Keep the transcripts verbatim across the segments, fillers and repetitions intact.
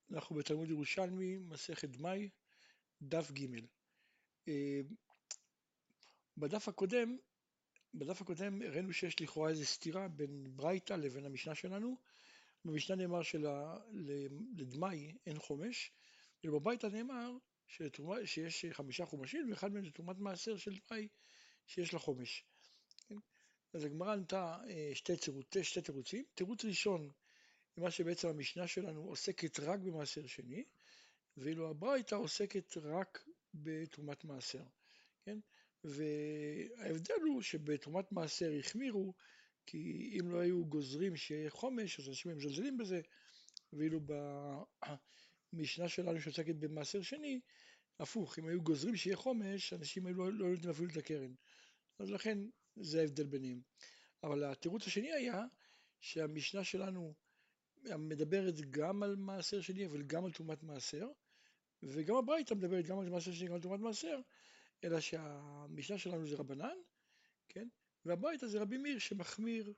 אנחנו בתלמוד ירושלמי, מסכת דמאי, דף ג'. אה, בדף הקודם, בדף הקודם הראינו שיש לכאורה איזו סתירה בין ברייתא לבין המשנה שלנו. במשנה נאמר שלדמאי אין חומש, ובברייתא נאמר שלתרומה, שיש חמישה חומשים, ואחד מהם זה תרומת מעשר של דמאי שיש לה חומש. כן? אז הגמרא נתנה אה, שתי, תירוץ, שתי תירוצים. תירוץ ראשון, מה שבעצם המשנה שלנו עוסקת רק במעשר שני, ואילו הברייתא עוסקת רק בתרומת מעשר, כן? וההבדל הוא שבתרומת מעשר החמירו, כי אם לא היו גוזרים שיהיה חומש, אז אנשים מזלזלים בזה, ואילו במשנה שלנו שעוסקת במעשר שני, הפוך, אם היו גוזרים שיהיה חומש, אנשים היו לא, לא יודעים אפילו את הקרן. אז לכן זה ההבדל ביניהם. אבל התירוץ השני היה שהמשנה שלנו מדברת גם על מעשר שני, אבל גם על תרומת מעשר, וגם הברייתא מדברת גם על מעשר שני וגם על תרומת מעשר, אלא שהמשנה שלנו זה רבנן, כן? והברייתא זה רבי מאיר שמחמיר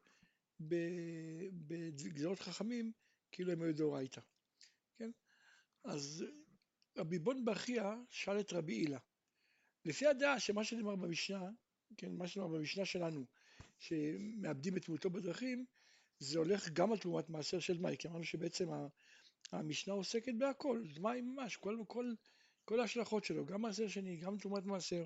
בגזרות חכמים כאילו הם היו דאורייתא, כן? אז רבי בון ברכיא שאל את רבי הילה, לפי הדעה שמה שנאמר במשנה, כן, מה שנאמר במשנה שלנו, שמאבדים את תמותו בדרכים, זה הולך גם על תרומת מעשר של דמאי, כי אמרנו שבעצם המשנה עוסקת בהכל, דמאי ממש, כל, כל, כל ההשלכות שלו, גם מעשר שני, גם תרומת מעשר.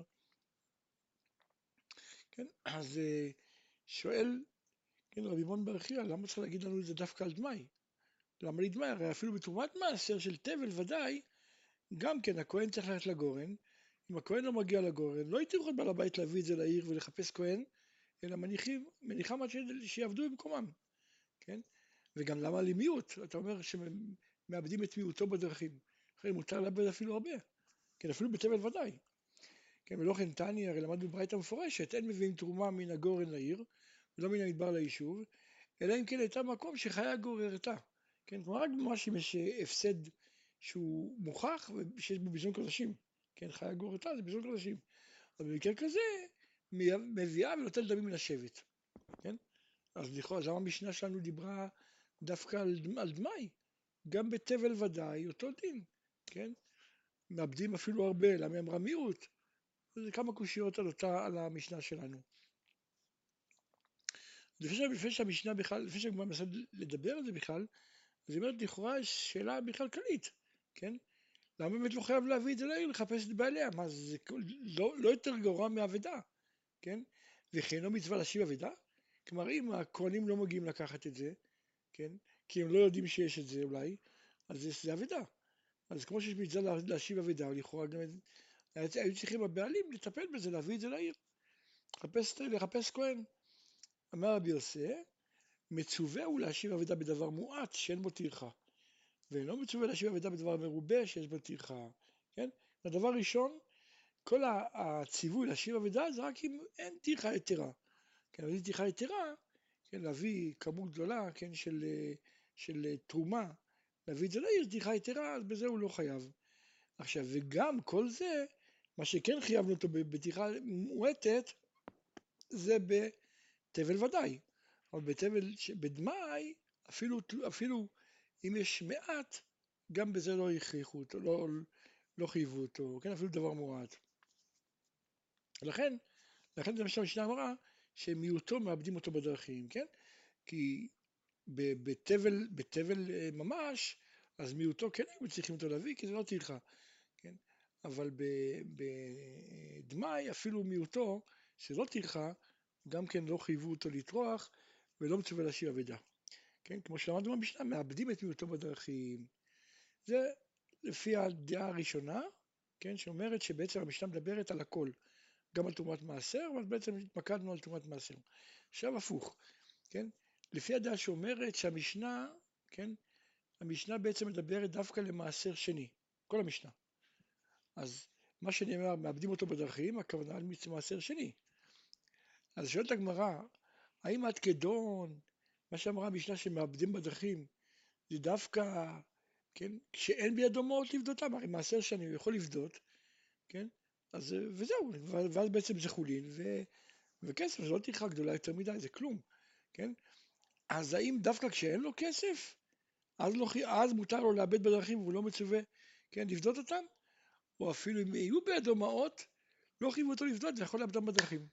כן, אז אה, שואל, כן, רבי מון ברכיא, למה צריך להגיד לנו את זה דווקא על דמאי? למה לדמאי? הרי אפילו בתרומת מעשר של תבל ודאי, גם כן הכהן צריך ללכת לגורן, אם הכהן לא מגיע לגורן, לא יתירו את בעל הבית להביא את זה לעיר ולחפש כהן, אלא מניחים, מניחם עד שיעבדו במקומם, כן? וגם למה למיעוט? אתה אומר שמאבדים את מיעוטו בדרכים, אחרי מותר לאבד אפילו הרבה, כן, אפילו בתבל ודאי. כן, ולא כן תניא, הרי למדנו ברייתא מפורשת, אין מביאים תרומה מן הגורן לעיר, ולא מן המדבר ליישוב, אלא אם כן הייתה מקום שחיה גוררתה. כן, כלומר רק ממש אם יש הפסד שהוא מוכח ושיש בו ביזון קודשים. כן, חיה גוררתה זה ביזון קודשים. אבל במקרה כזה, מביאה ונוטלת דמים מן השבט. כן? אז לכאורה, אז למה המשנה שלנו דיברה דווקא על, על דמאי? גם בתבל ודאי, אותו דין. כן? מאבדים אפילו הרבה, למה אמרה מיעוט? זה כמה קושיות על אותה, על המשנה שלנו. לפני, לפני שהמשנה בכלל, לפני שהגמרא מנסה לדבר על זה בכלל, אז היא אומרת, לכאורה יש שאלה בכלל כללית, כן? למה באמת לא חייב להביא את זה לעיר, לחפש את בעליה? מה, זה לא, לא יותר גרוע מאבדה, כן? וכן לא מצווה להשיב אבדה? כלומר, אם הכהנים לא מגיעים לקחת את זה, כן? כי הם לא יודעים שיש את זה אולי, אז זה, זה אבדה. אז כמו שיש מצווה להשיב אבדה, לכאורה גם היו צריכים הבעלים לטפל בזה, להביא את זה לעיר. לחפש, לחפש כהן. אמר רבי יוסי, מצווה הוא להשיב אבדה בדבר מועט שאין בו טרחה, ואינו מצווה להשיב אבדה בדבר מרובה שיש בו טרחה, כן? הדבר ראשון, כל הציווי להשיב אבדה זה רק אם אין טרחה יתרה, כן, אבל אם טרחה יתרה, כן, להביא כמות גדולה, כן, של, של תרומה, להביא את זה לעיר, טרחה יתרה, אז בזה הוא לא חייב. עכשיו, וגם כל זה, מה שכן חייבנו אותו בטרחה מועטת, זה בתבל ודאי. אבל בתבל, בדמאי, אפילו, אפילו אם יש מעט, גם בזה לא הכריחו אותו, לא, לא חייבו אותו, כן, אפילו דבר מועט. לכן, לכן זה מה שהמשנה אמרה, שמיעוטו מאבדים אותו בדרכים, כן? כי בתבל, בתבל ממש, אז מיעוטו כן היו צריכים אותו להביא, כי זה לא טרחה, כן? אבל בדמאי, אפילו מיעוטו, שלא טרחה, גם כן לא חייבו אותו לטרוח, ולא מצווה להשיב אבדה. כן? כמו שלמדנו במשנה, מאבדים את מיעוטו בדרכים. זה לפי הדעה הראשונה, כן? שאומרת שבעצם המשנה מדברת על הכל, גם על תרומת מעשר, אבל בעצם התמקדנו על תרומת מעשר. עכשיו הפוך, כן? לפי הדעה שאומרת שהמשנה, כן? המשנה בעצם מדברת דווקא למעשר שני, כל המשנה. אז מה שנאמר, מאבדים אותו בדרכים, הכוונה על מעשר שני. אז שואלת הגמרא, האם עד כדון, מה שאמרה המשנה שמאבדים בדרכים, זה דווקא, כן, כשאין בידו מעות לפדותם, הרי מעשר שאני יכול לפדות, כן, אז וזהו, ואז בעצם זה חולין, ו, וכסף זה לא טרחה גדולה יותר מדי, זה כלום, כן, אז האם דווקא כשאין לו כסף, אז, לא, אז מותר לו לאבד בדרכים והוא לא מצווה, כן, לפדות אותם, או אפילו אם יהיו בידו מעות, לא חייבו אותו לפדות ויכול לאבדם בדרכים.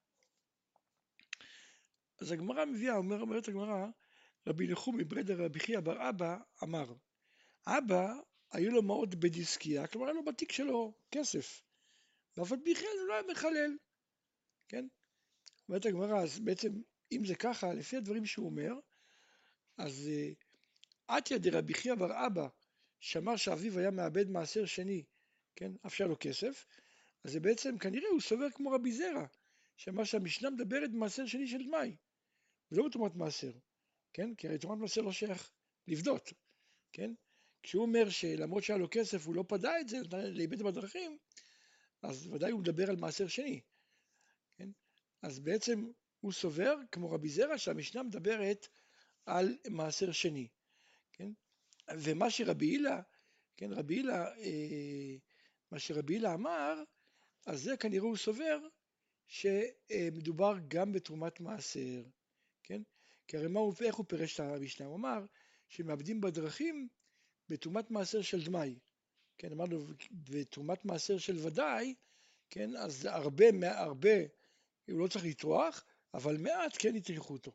אז הגמרא מביאה, אומר, אומרת הגמרא, רבי נחומי ברד רבי חייא בר אבא אמר, אבא היו לו מעות בדיסקיה, כלומר היה לו בתיק שלו כסף, ואף על פי כן הוא לא היה מחלל, כן? אומרת הגמרא, אז בעצם אם זה ככה, לפי הדברים שהוא אומר, אז עתיה דרבי חייא בר אבא, שאמר שאביו היה מאבד מעשר שני, כן, אף שהיה לו כסף, אז זה בעצם כנראה הוא סובר כמו רבי זרע, שאמר שהמשנה מדברת במעשר שני של דמאי, ולא בתרומת מעשר, כן, כי הרי תרומת מעשר לא שייך לפדות, כן, כשהוא אומר שלמרות שהיה לו כסף הוא לא פדה את זה, לאיבד בדרכים, אז ודאי הוא מדבר על מעשר שני, כן, אז בעצם הוא סובר כמו רבי זרע שהמשנה מדברת על מעשר שני, כן, ומה שרבי הילה, כן, רבי הילה, אה, מה שרבי הילה אמר, אז זה כנראה הוא סובר שמדובר גם בתרומת מעשר, כן? כי הרי מה הוא, איך הוא פירש את המשנה? הוא אמר שמאבדים בדרכים בתרומת מעשר של דמאי, כן, אמרנו, בתרומת מעשר של ודאי, כן, אז הרבה, הרבה, הוא לא צריך לטרוח, אבל מעט כן יטרחו אותו.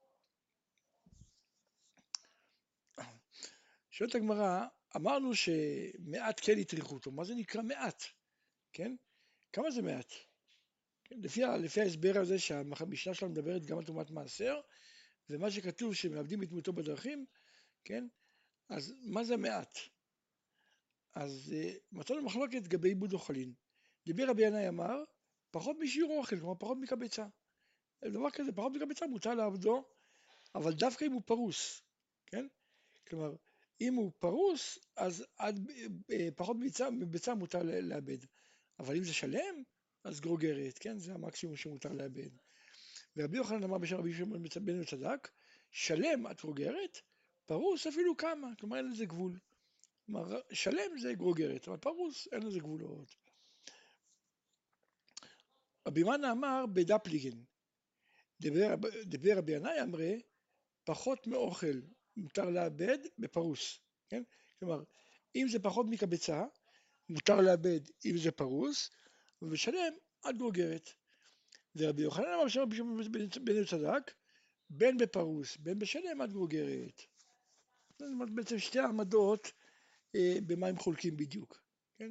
שואלת הגמרא, אמרנו שמעט כן יטרחו אותו, מה זה נקרא מעט? כן? כמה זה מעט? כן? לפי, לפי ההסבר הזה שהמשנה שלנו מדברת גם על תרומת מעשר, ומה שכתוב שמאבדים את דמותו בדרכים, כן? אז מה זה מעט? אז uh, מצאנו מחלוקת לגבי עיבוד אוכלין. דיבר רבי ינאי אמר, פחות משיעור אוכל, כלומר פחות מקבצה. דבר כזה, פחות מקבצה מותר לעבדו, אבל דווקא אם הוא פרוס, כן? כלומר, אם הוא פרוס, אז עד אה, פחות מביצה, מביצה מותר לאבד. אבל אם זה שלם, אז גרוגרת, כן? זה המקסימום שמותר לאבד. ורבי יוחנן אמר בשם רבי שמעון בן צדק, שלם את גרוגרת, פרוס אפילו כמה, כלומר אין לזה גבול. כלומר, שלם זה גרוגרת, אבל פרוס אין לזה גבולות. רבי מנה אמר בדפליגן, דבר, דבר רבי ינאי אמרה, פחות מאוכל מותר לאבד בפרוס, כן? כלומר, אם זה פחות מקבצה, מותר לאבד אם זה פרוס, ובשלם עד גרוגרת. ורבי יוחנן אמר שם בן צדק, בין בפרוס, בין בשלם עד גרוגרת. זאת אומרת, בעצם שתי העמדות אה, במה הם חולקים בדיוק, כן?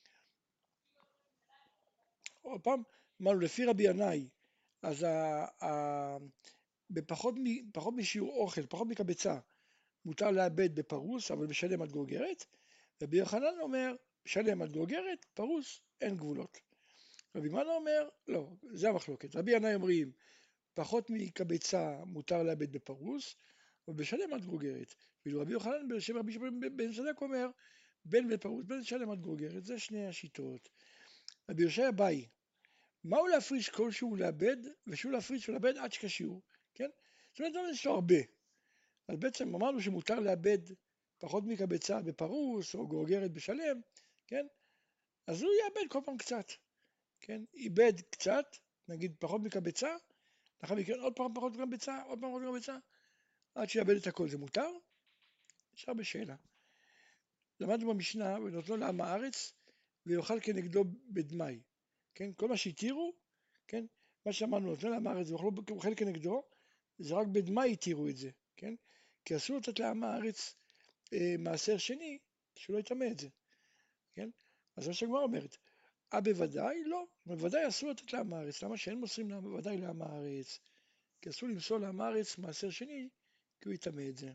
עוד פעם, אמרנו, לפי רבי ינאי, אז ה, ה, בפחות מ, פחות משיעור אוכל, פחות מקבצה, מותר לאבד בפרוס, אבל בשלם עד גרוגרת, רבי יוחנן אומר, שלם עד גרוגרת, פרוס, אין גבולות. רבי מנה אומר, לא, זה המחלוקת. רבי ינאי אומרים, פחות מקבצה מותר לאבד בפרוס, ובשלם עד גרוגרת. ואילו רבי יוחנן בשם רבי שמעון בן צדק אומר, בין בפרוס, בין שלם עד גרוגרת. זה שני השיטות. רבי יושע באי, מהו להפריש כלשהו לאבד, ושהוא להפריש ולאבד עד שכשיעור, כן? זאת אומרת, יש לו הרבה. אז בעצם אמרנו שמותר לאבד פחות מקבצה בפרוס, או גרוגרת בשלם, כן? אז הוא יאבד כל פעם קצת, כן? איבד קצת, נגיד פחות מקבצה, לאחר מכן עוד פעם פחות מקבצה, עוד פעם פחות מקבצה, עד שיאבד את הכל. זה מותר? נשאר בשאלה. למדנו במשנה, ונותנו לעם הארץ, ויאכל כנגדו בדמאי, כן? כל מה שהתירו, כן? מה שאמרנו, נותנו לעם הארץ, ויאכל כנגדו, זה רק בדמאי התירו את זה, כן? כי אסור לתת לעם הארץ אה, מעשר שני, שהוא לא יטמא את זה, כן? אז מה שהגמרא אומרת, אה בוודאי? לא, בוודאי אסור לתת לעם הארץ. למה שאין מוסרים בוודאי לעם הארץ? כי אסור למסור לעם הארץ מעשר שני, כי הוא יטמא את זה.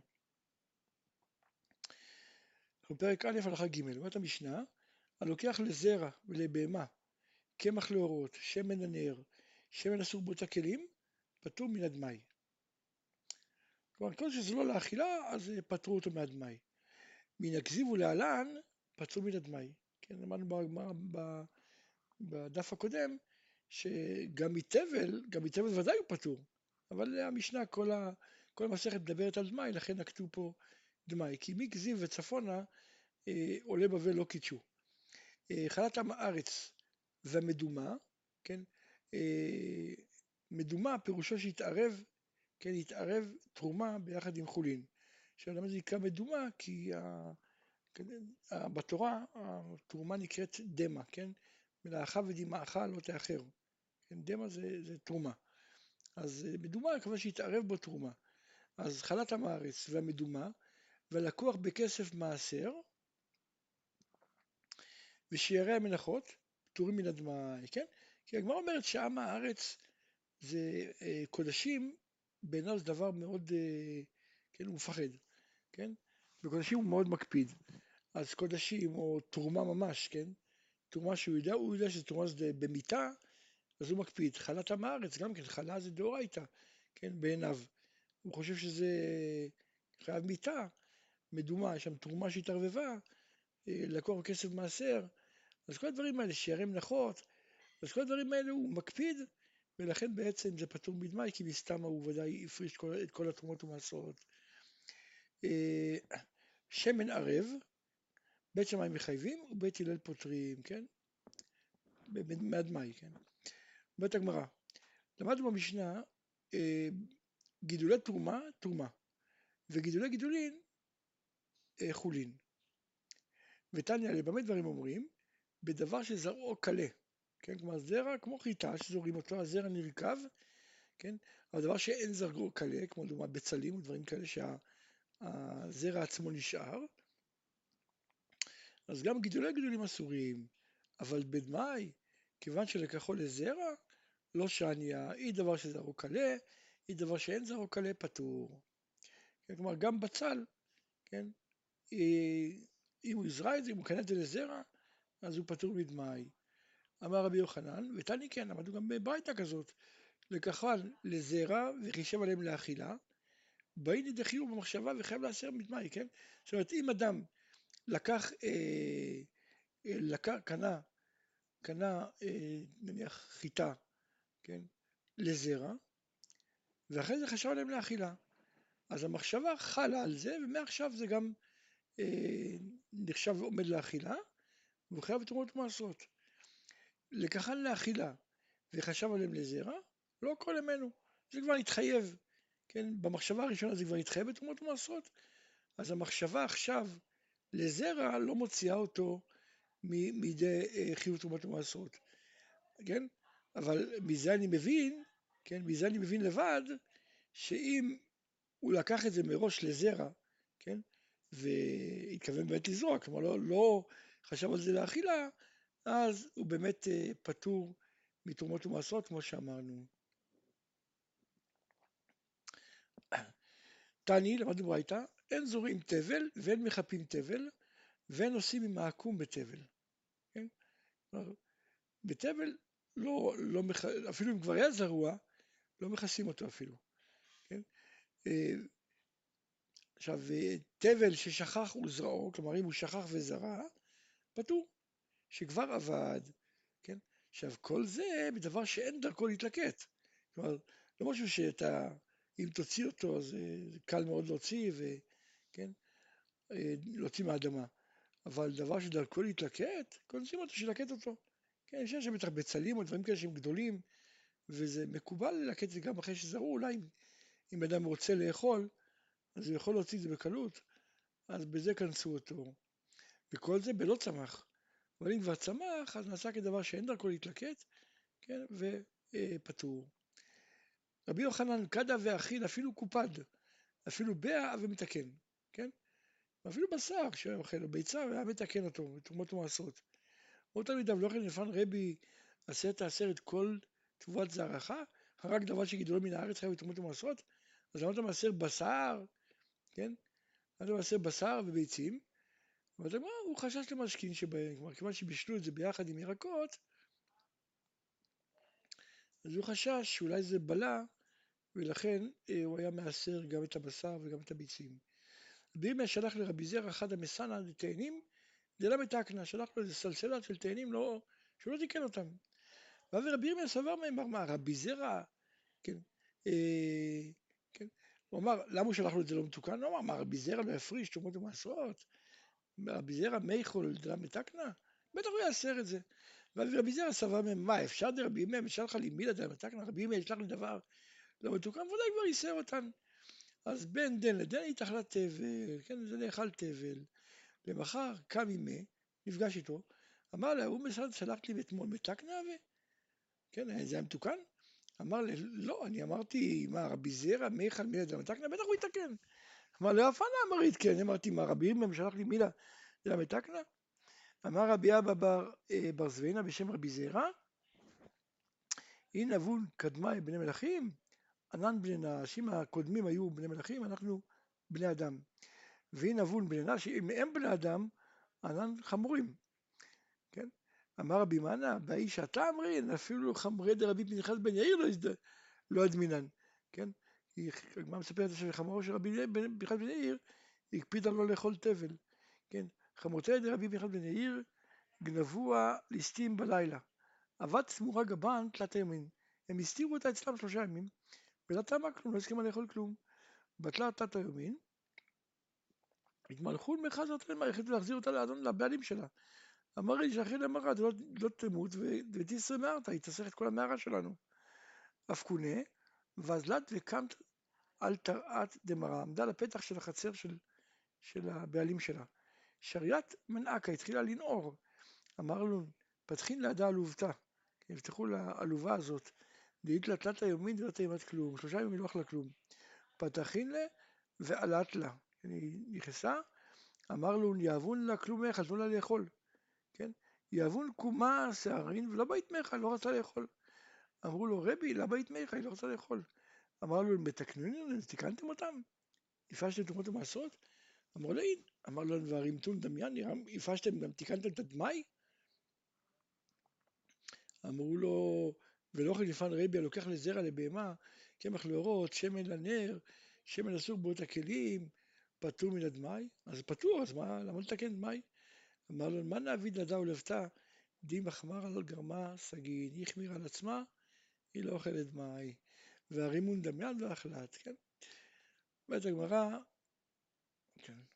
בפרק א' הלכה ג' אומרת המשנה, הלוקח לזרע ולבהמה, קמח לאורות, שמן הנר, שמן אסור באותה כלים, פטור מן הדמאי. כלומר, כל שזה לא לאכילה, אז פטרו אותו מהדמאי. מן הכזיב ולהלן, פטרו מן הדמאי. כן, אמרנו בדף הקודם, שגם מתבל, גם מתבל ודאי הוא פטור, אבל המשנה, כל, ה, כל המסכת מדברת על דמאי, לכן נקטו פה דמאי, כי מכזיב וצפונה אה, עולה בבל לא קידשו. אה, חלת עם הארץ והמדומה, כן, אה, מדומה פירושו שהתערב, כן, התערב תרומה ביחד עם חולין. שהאדם הזה יקרא מדומה, כי ה... בתורה התרומה נקראת דמה, כן? מלאכה ודמעך לא תאחר. כן? דמה זה, זה תרומה. אז מדומה, הכוונה שיתערב בו תרומה. אז חלת עם הארץ והמדומה, והלקוח בכסף מעשר, ושיירי המנחות, פטורים מן הדמאי, כן? כי הגמרא אומרת שעם הארץ זה אה, קודשים, בעיניו זה דבר מאוד, אה, כן, הוא מפחד, כן? בקודשים הוא מאוד מקפיד. אז קודשים או תרומה ממש, כן? תרומה שהוא יודע, הוא יודע שתרומה זה במיתה, אז הוא מקפיד. חלת עם הארץ, גם כן, חלה זה דאורייתא, כן, בעיניו. הוא חושב שזה חייב מיתה, מדומה, יש שם תרומה שהתערבבה, לקוח כסף מעשר, אז כל הדברים האלה, שיירי מנחות, אז כל הדברים האלה הוא מקפיד, ולכן בעצם זה פטור מדמאי, כי מסתם הוא ודאי הפריש את כל התרומות ומעשרות. שמן ערב, בית שמאי מחייבים ובית הלל פותרים, כן? מהדמאי, כן? אומרת הגמרא, למדנו במשנה, גידולי תרומה, תרומה, וגידולי גידולין, חולין. ותניא, במה דברים אומרים? בדבר שזרעו קלה, כן? כלומר זרע כמו חיטה שזורים אותו, הזרע נרקב, כן? אבל דבר שאין זרעו קלה, כמו דוגמה בצלים ודברים כאלה שהזרע עצמו נשאר, אז גם גידולי גידולים אסורים, אבל בדמאי, כיוון שלקחו לזרע, לא שניה, היא דבר שזרעו קלה, היא דבר שאין זרעו קלה פטור. כן? כלומר גם בצל, כן? אם הוא יזרע את זה, אם הוא קנה את זה לזרע, אז הוא פטור מדמאי. אמר רבי יוחנן, ותני כן, למדנו גם בברייתא כזאת, לקחן לזרע וחישב עליהם לאכילה, באין ידי חיוב במחשבה וחייב להסר מדמאי, כן? זאת אומרת, אם אדם לקח, אה, לקח, קנה, קנה, אה, נניח חיטה, כן? לזרע, ואחרי זה חשב עליהם לאכילה, אז המחשבה חלה על זה, ומעכשיו זה גם אה, נחשב ועומד לאכילה, והוא חייב בתרומות ומעשרות. לקחן לאכילה וחשב עליהם לזרע, לא כל ימינו, זה כבר התחייב, כן, במחשבה הראשונה זה כבר התחייב בתרומות ומעשרות, אז המחשבה עכשיו לזרע לא מוציאה אותו מידי חיוב תרומות ומעשרות, כן, אבל מזה אני מבין, כן, מזה אני מבין לבד, שאם הוא לקח את זה מראש לזרע, כן, והתכוון באמת לזרוע, כלומר לא, לא חשב על זה לאכילה, אז הוא באמת פטור מתרומות ומעשרות, כמו שאמרנו. תני, למדנו ברייתא, אין זורעים תבל ואין מחפים תבל ואין עושים עם העקום בתבל. כן? בתבל, לא, לא, אפילו אם כבר היה זרוע, לא מכסים אותו אפילו. כן? עכשיו, תבל ששכח וזרעו, כלומר אם הוא שכח וזרע, פטור, שכבר עבד. כן? עכשיו, כל זה בדבר שאין דרכו להתלקט. כלומר, לא משהו שאתה, אם תוציא אותו, אז זה קל מאוד להוציא, וכן, להוציא מהאדמה. אבל דבר שדרכו להתלקט, קונסים אותו שלקט אותו. כן, יש שם בטח בצלים או דברים כאלה שהם גדולים, וזה מקובל ללקט את זה גם אחרי שזרעו, אולי אם, אם אדם רוצה לאכול, אז הוא יכול להוציא את זה בקלות, אז בזה כנסו אותו. וכל זה בלא צמח. אבל אם כבר צמח, אז נעשה כדבר שאין דרכו להתלקט, כן, ופטור. רבי יוחנן קדא ואכיל אפילו קופד, אפילו בע ומתקן, כן? ואפילו בשר כשהוא אוכל, או ביצה, והיה מתקן אותו, בתרומות ומעשרות. עוד תלמידיו לא כן לפן רבי עשה תעשר את כל תבואת זרעך, רק דבר שגידולו מן הארץ חייב בתרומות ומעשרות, אז למה אתה מעשר בשר, כן? למה אתה מעשר בשר וביצים? אבל מה, הוא חשש למשכין שבהם, כלומר, כיוון שבישלו את זה ביחד עם ירקות, אז הוא חשש שאולי זה בלה, ולכן אה, הוא היה מעשר גם את הבשר וגם את הביצים. רבי ירמיה שלח לרבי זרע אחד המסנא לתאנים, דלא מתקנא, שלח לו איזה סלסלה של תאנים, לא, שהוא לא תיקן אותם. ואז רבי ירמיה סבר מהם, אמר, מה, רבי זרע, כן, אה, כן, הוא אמר, למה הוא שלח לו את זה לא מתוקן? הוא אמר, מה, רבי זרע לא יפריש תרומות ומעשרות? רבי זרע מיכול דלא מתקנא? בטח הוא יאסר את זה. ורבי זרע סבר מהם, מה, אפשר דרבי ירמיה, משל לך לימילה דלא מתקנא? רבי ירמיה ישלח לי דבר לא מתוקן, ודאי כבר איסר אותן. אז בין דן לדן התאכלה תבל, כן, זה נאכל תבל. למחר קם אימה, נפגש איתו, אמר לה, הוא משרד שלחת לי אתמול מתק נאווה? כן, זה היה מתוקן? אמר לי, לא, אני אמרתי, מה, רבי זרע, מיכל, מילה דלמתקנה? בטח הוא יתקן. אמר לי, אף אחד לא אמר יתקן, אמרתי, מה, רבי ירמיה שלח לי מילה דלמתקנה? אמר רבי אבא בר, אה, בר זווינה בשם רבי זרע, הנה אבון קדמי בני מלכים, ענן בני נש, אם הקודמים היו בני מלכים, אנחנו בני אדם. והנה אבון בני נש, אם הם בני אדם, ענן חמורים. כן? אמר רבי מנה, באיש אתה אמרין, אפילו חמורי דרבי פנחס בן יאיר לא, הזד... לא אדמינן. כן? היא הגמרא מספרת שחמורו של רבי פנחס בן יאיר, הקפידה לא לאכול תבל. כן? חמורתיה דרבי פנחס בן יאיר, גנבוה ליסטים בלילה. אבד תמורה גבן תלת הימין. הם הסתירו אותה אצלם שלושה ימים, ולא טעמה כלום, לא הסכימה לאכול כלום. בטלה תלת הימין, התמלכו למחז אותה למערכת ולהחזיר אותה לאדון, לבעלים שלה. אמר לי שאחרי למראה לא, לא תמות ותסרה מערתה, היא תסך את כל המערה שלנו. אף קונה, ואזלת וקמת על תרעת דמרה, עמדה לפתח של החצר של, של הבעלים שלה. שריית מנעקה התחילה לנעור, אמר לו, פתחין לידה עלובתה, יפתחו לעלובה הזאת, דהית לה תלת היומין ולא תאימת כלום, שלושה ימים לא אכלה כלום. פתחין לה ועלת לה, היא נכנסה, אמר לו, יאבון לה כלום איך, תנו לה לאכול, כן? יאבון קומה שערין ולא בית מיכה, לא רצה לאכול. אמרו לו, רבי, למה בית מיכה, היא לא רצה לאכול. אמר לו, מתקנונים, תיקנתם אותם? הפשתם תרומות ומעשרות? אמרו לו, אין. אמר לו, והרימתון דמיין, הפשתם גם תיקנתם את הדמאי? אמרו לו, ולא חליפן רבי הלוקח לזרע לבהמה, קמח לאורות, שמן לנר, שמן אסור בו את הכלים, פטור מן הדמאי? אז פטור, אז מה, למה לתקן דמאי? אמר לו, מה נעביד נדע ולבתה? די מחמר על גרמה סגין, היא החמירה על עצמה, היא לא אוכלת דמאי, והרימון דמיין ואכלת, כן? אומרת הגמרא, כן.